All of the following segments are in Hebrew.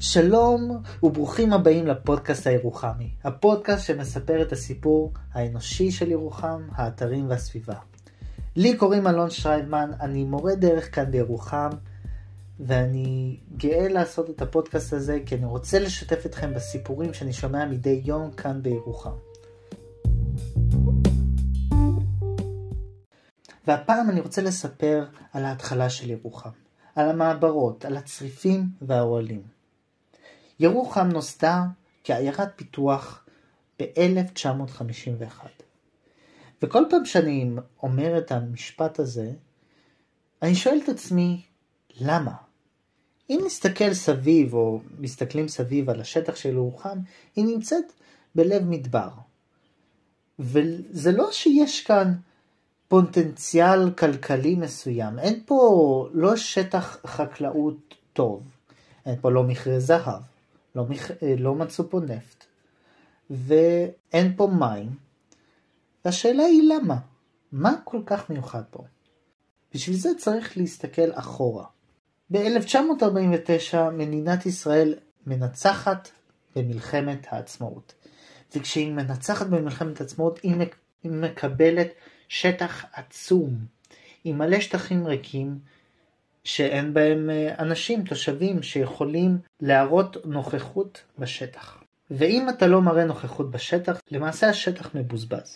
שלום וברוכים הבאים לפודקאסט הירוחמי, הפודקאסט שמספר את הסיפור האנושי של ירוחם, האתרים והסביבה. לי קוראים אלון שרייבמן, אני מורה דרך כאן בירוחם, ואני גאה לעשות את הפודקאסט הזה כי אני רוצה לשתף אתכם בסיפורים שאני שומע מדי יום כאן בירוחם. והפעם אני רוצה לספר על ההתחלה של ירוחם, על המעברות, על הצריפים והאוהלים. ירוחם נוסדה כעיירת פיתוח ב-1951. וכל פעם שאני אומר את המשפט הזה, אני שואל את עצמי, למה? אם נסתכל סביב או מסתכלים סביב על השטח של ירוחם, היא נמצאת בלב מדבר. וזה לא שיש כאן פוטנציאל כלכלי מסוים. אין פה לא שטח חקלאות טוב. אין פה לא מכרה זהב. לא מצאו פה נפט. ואין פה מים. והשאלה היא למה? מה כל כך מיוחד פה? בשביל זה צריך להסתכל אחורה. ב-1949 מדינת ישראל מנצחת במלחמת העצמאות. וכשהיא מנצחת במלחמת העצמאות היא מקבלת שטח עצום, עם מלא שטחים ריקים, שאין בהם אנשים, תושבים, שיכולים להראות נוכחות בשטח. ואם אתה לא מראה נוכחות בשטח, למעשה השטח מבוזבז.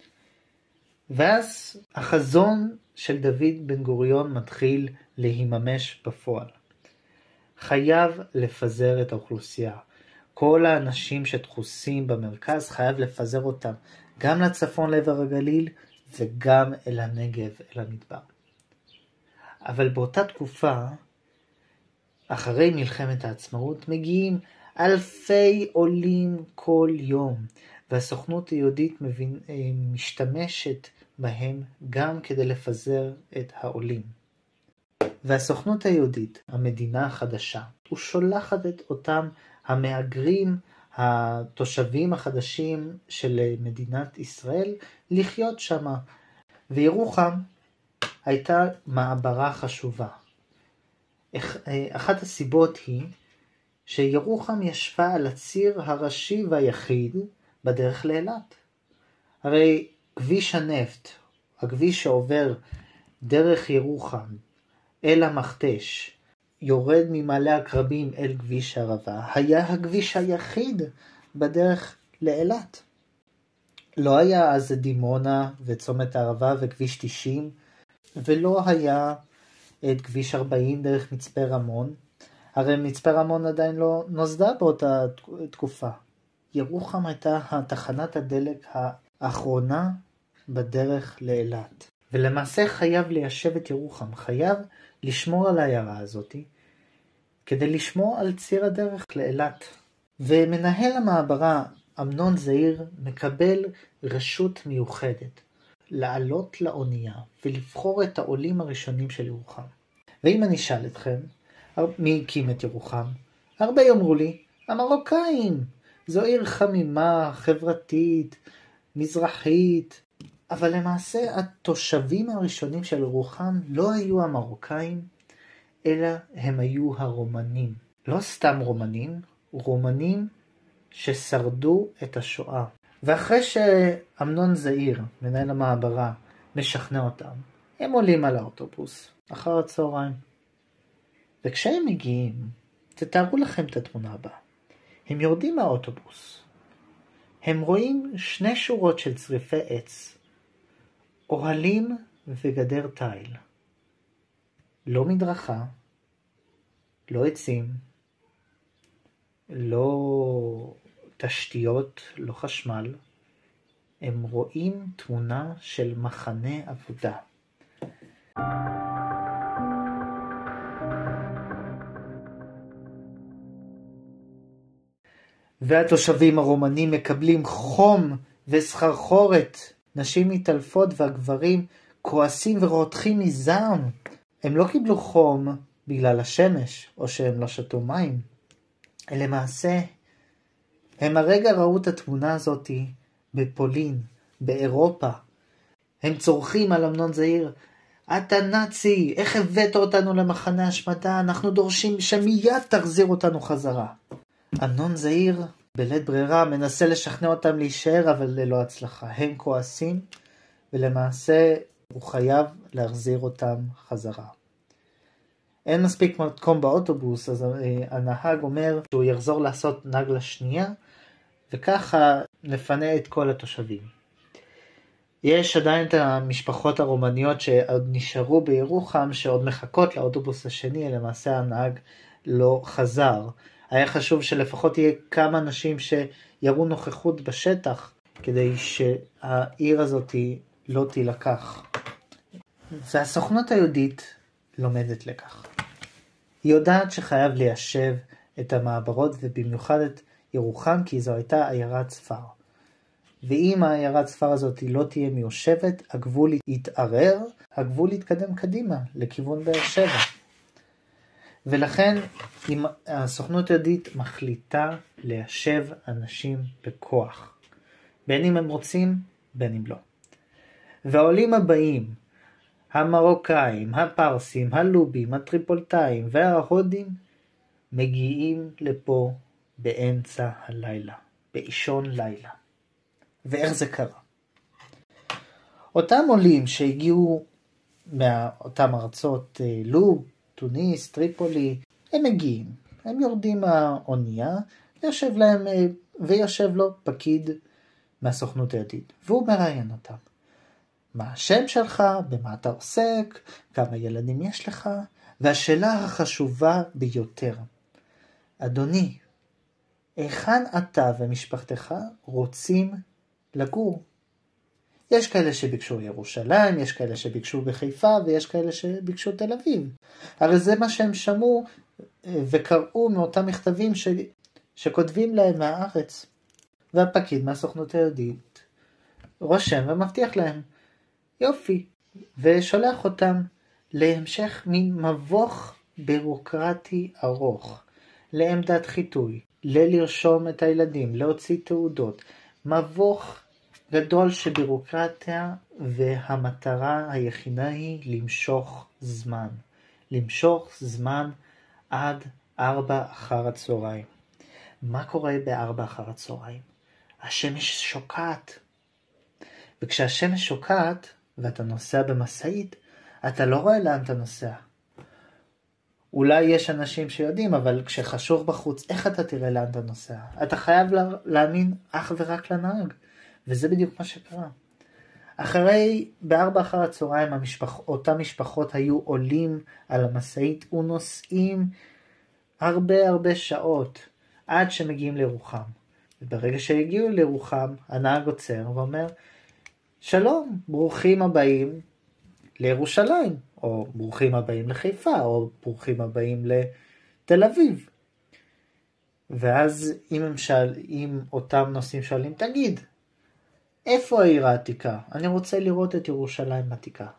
ואז החזון של דוד בן גוריון מתחיל להיממש בפועל. חייב לפזר את האוכלוסייה. כל האנשים שתחוסים במרכז חייב לפזר אותם, גם לצפון לעבר הגליל, וגם אל הנגב, אל המדבר. אבל באותה תקופה, אחרי מלחמת העצמאות, מגיעים אלפי עולים כל יום, והסוכנות היהודית משתמשת בהם גם כדי לפזר את העולים. והסוכנות היהודית, המדינה החדשה, הוא שולחת את אותם המהגרים, התושבים החדשים של מדינת ישראל לחיות שם. וירוחם הייתה מעברה חשובה. אחת הסיבות היא שירוחם ישבה על הציר הראשי והיחיד בדרך לאילת. הרי כביש הנפט, הכביש שעובר דרך ירוחם אל המכתש, יורד ממעלה הקרבים אל כביש הערבה, היה הכביש היחיד בדרך לאילת. לא היה אז דימונה וצומת הערבה וכביש 90, ולא היה את כביש 40 דרך מצפה רמון. הרי מצפה רמון עדיין לא נוסדה באותה תקופה. ירוחם הייתה תחנת הדלק האחרונה בדרך לאילת. ולמעשה חייב ליישב את ירוחם, חייב לשמור על העיירה הזאת, כדי לשמור על ציר הדרך לאילת. ומנהל המעברה, אמנון זעיר, מקבל רשות מיוחדת, לעלות לאונייה ולבחור את העולים הראשונים של ירוחם. ואם אני אשאל אתכם, מי הקים את ירוחם? הרבה יאמרו לי, המרוקאים. זו עיר חמימה, חברתית, מזרחית. אבל למעשה התושבים הראשונים של ירוחם לא היו המרוקאים, אלא הם היו הרומנים. לא סתם רומנים, רומנים ששרדו את השואה. ואחרי שאמנון זעיר, מנהל המעברה, משכנע אותם, הם עולים על האוטובוס אחר הצהריים. וכשהם מגיעים, תתארו לכם את התמונה הבאה. הם יורדים מהאוטובוס. הם רואים 2 שורות של צריפי עץ, אוהלים וגדר תיל. לא מדרכה, לא עצים, לא תשתיות, לא חשמל. הם רואים תמונה של מחנה עבודה. והתושבים הרומנים מקבלים חום וסחרחורת. נשים מתעלפות והגברים כועסים ורותחים מזעם. הם לא קיבלו חום בגלל השמש או שהם לא שתו מים. למעשה, הם הרגע ראו את התמונה הזאת בפולין, באירופה. הם צורכים על אמנון זעיר, אתה נאצי, איך הבאת אותנו למחנה השמדה, אנחנו דורשים שמיד תחזיר אותנו חזרה. אמנון זעיר בלית ברירה מנסה לשכנע אותם להישאר, אבל ללא הצלחה. הם כועסים, ולמעשה הוא חייב להחזיר אותם חזרה. אין מספיק מקום באוטובוס, אז הנהג אומר שהוא יחזור לעשות נגלה שנייה, וככה נפנה את כל התושבים. יש עדיין את המשפחות הרומניות שעוד נשארו בירוחם, שעוד מחכות לאוטובוס השני, למעשה הנהג לא חזר. היה חשוב שלפחות יהיה כמה אנשים שיראו נוכחות בשטח, כדי שהעיר הזאת לא תילקח. והסוכנות היהודית לומדת לכך. היא יודעת שחייב ליישב את המעברות, ובמיוחד את ירוחם, כי זו הייתה עיירת ספר. ואם העיירת ספר הזאת לא תהיה מיושבת, הגבול יתערער, הגבול יתקדם קדימה לכיוון באר שבע. ולכן הסוכנות היהודית מחליטה ליישב אנשים בכוח. בין אם הם רוצים, בין אם לא. והעולים הבאים, המרוקאים, הפרסים, הלובים, הטריפולטאים וההודים, מגיעים לפה באמצע הלילה, באישון לילה. ואיך זה קרה? אותם עולים שהגיעו מאותם ארצות, לוב, טוניס, טריפולי, הם מגיעים, הם יורדים מהאונייה, ויושב לו פקיד מהסוכנות היהודית, והוא מראיין אותם. מה השם שלך, במה אתה עוסק, כמה ילדים יש לך, והשאלה החשובה ביותר, אדוני, היכן אתה ומשפחתך רוצים לגור? יש כאלה שביקשו ירושלים, יש כאלה שביקשו בחיפה, ויש כאלה שביקשו תל אביב. הרי זה מה שהם שמעו וקראו מאותם מכתבים שכותבים להם מהארץ. והפקיד מהסוכנות היהודית רושם ומבטיח להם, יופי, ושולח אותם להמשך מין מבוך בירוקרטי ארוך, לעמדת חיתוי, לרשום את הילדים, להוציא תעודות, מבוך גדול של בירוקרטיה, והמטרה היחידה היא למשוך זמן. למשוך זמן עד 4 אחר הצהריים. מה קורה ב4 אחר הצהריים? השמש שוקעת. וכשהשמש שוקעת, ואתה נוסע במסעית, אתה לא רואה לאן אתה נוסע. אולי יש אנשים שיודעים, אבל כשחשוך בחוץ, איך אתה תראה לאן אתה נוסע? אתה חייב להאמין אך ורק לנהג. וזה בדיוק מה שקרה. אחרי, ב4 אחר הצהריים, אותם משפחות היו עולים על המסעית ונוסעים הרבה שעות, עד שמגיעים לירוחם. וברגע שהגיעו לירוחם, הנהג עוצר ואומר, שלום, ברוכים הבאים לירושלים, או ברוכים הבאים לחיפה, או ברוכים הבאים לתל אביב. ואז אם אותם נוסעים שואלים, תגיד, איפה העיר העתיקה? אני רוצה לראות את ירושלים העתיקה.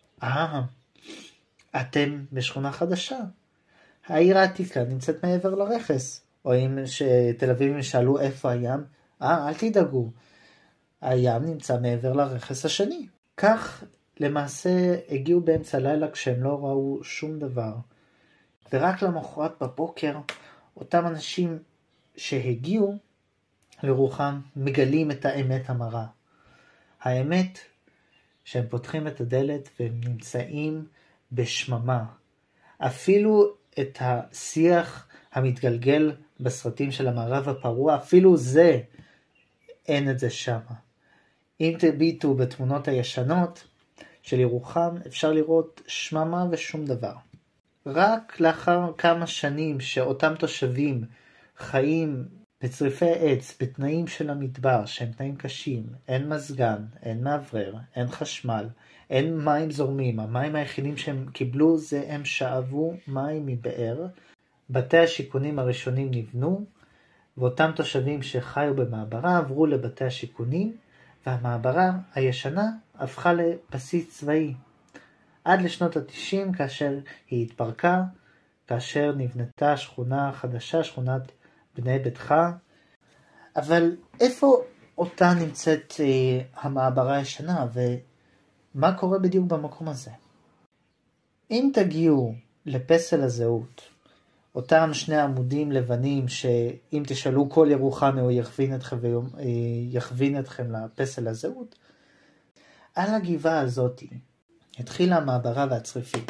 אתם בשכונה חדשה. העיר העתיקה נמצאת מעבר לרכס. או אם תל אביבים שאלו איפה הים, אל תדאגו. הים נמצא מעבר לרכס השני. כך למעשה הגיעו באמצע הלילה כשהם לא ראו שום דבר. ורק למחרת בבוקר, אותם אנשים שהגיעו לירוחם מגלים את האמת המרה. האמת שהם פותחים את הדלת והם נמצאים בשממה. אפילו את השיח המתגלגל בסרטים של המערב הפרוע, אפילו זה אין את זה שם. אם תביטו בתמונות הישנות של ירוחם, אפשר לראות שממה ושום דבר. רק לאחר כמה שנים שאותם תושבים חיים בצריפי עץ, בתנאים של המדבר, שהם תנאים קשים, אין מזגן, אין מעברר, אין חשמל, אין מים זורמים. המים היחידים שהם קיבלו זה הם שאבו מים מבאר. בתי השיכונים הראשונים נבנו, ואותם תושבים שחיו במעברה עברו לבתי השיכונים, והמעברה הישנה הפכה לבסיס צבאי. עד לשנות ה-90, כאשר היא התפרקה, כאשר נבנתה שכונה חדשה, שכונת בני ביתך. אבל איפה אותה נמצאת המעברה הישנה, ומה קורה בדיוק במקום הזה? אם תגיעו לפסל הזהות, אותם 2 עמודים לבנים שאם תשאלו כל ירוחם הוא יכווין אתכם לפסל הזהות, על הגבעה הזאת התחילה המעברה והצריפים.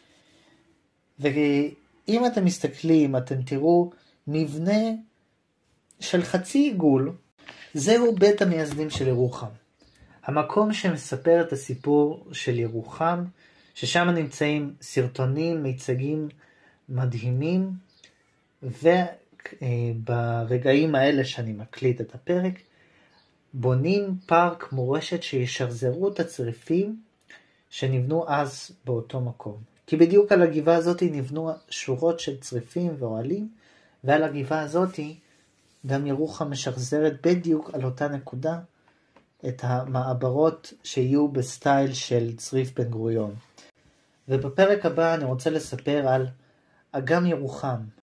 ואם אתם מסתכלים, אתם תראו מבנה של חצי עיגול, זהו בית המייסדים של ירוחם. המקום שמספר את הסיפור של ירוחם, ששם נמצאים סרטונים, מיצגים מדהימים, וברגעים האלה שאני מקליט את הפרק, בונים פארק מורשת שישרזרו את הצריפים שנבנו אז באותו מקום. כי בדיוק על הגבעה הזאת נבנו שורות של צריפים ואוהלים, ועל הגבעה הזאת גם ירוחם משחזרת בדיוק על אותה נקודה את המעברות שיהיו בסטייל של צריף בן גוריון. ובפרק הבא אני רוצה לספר על אגם ירוחם,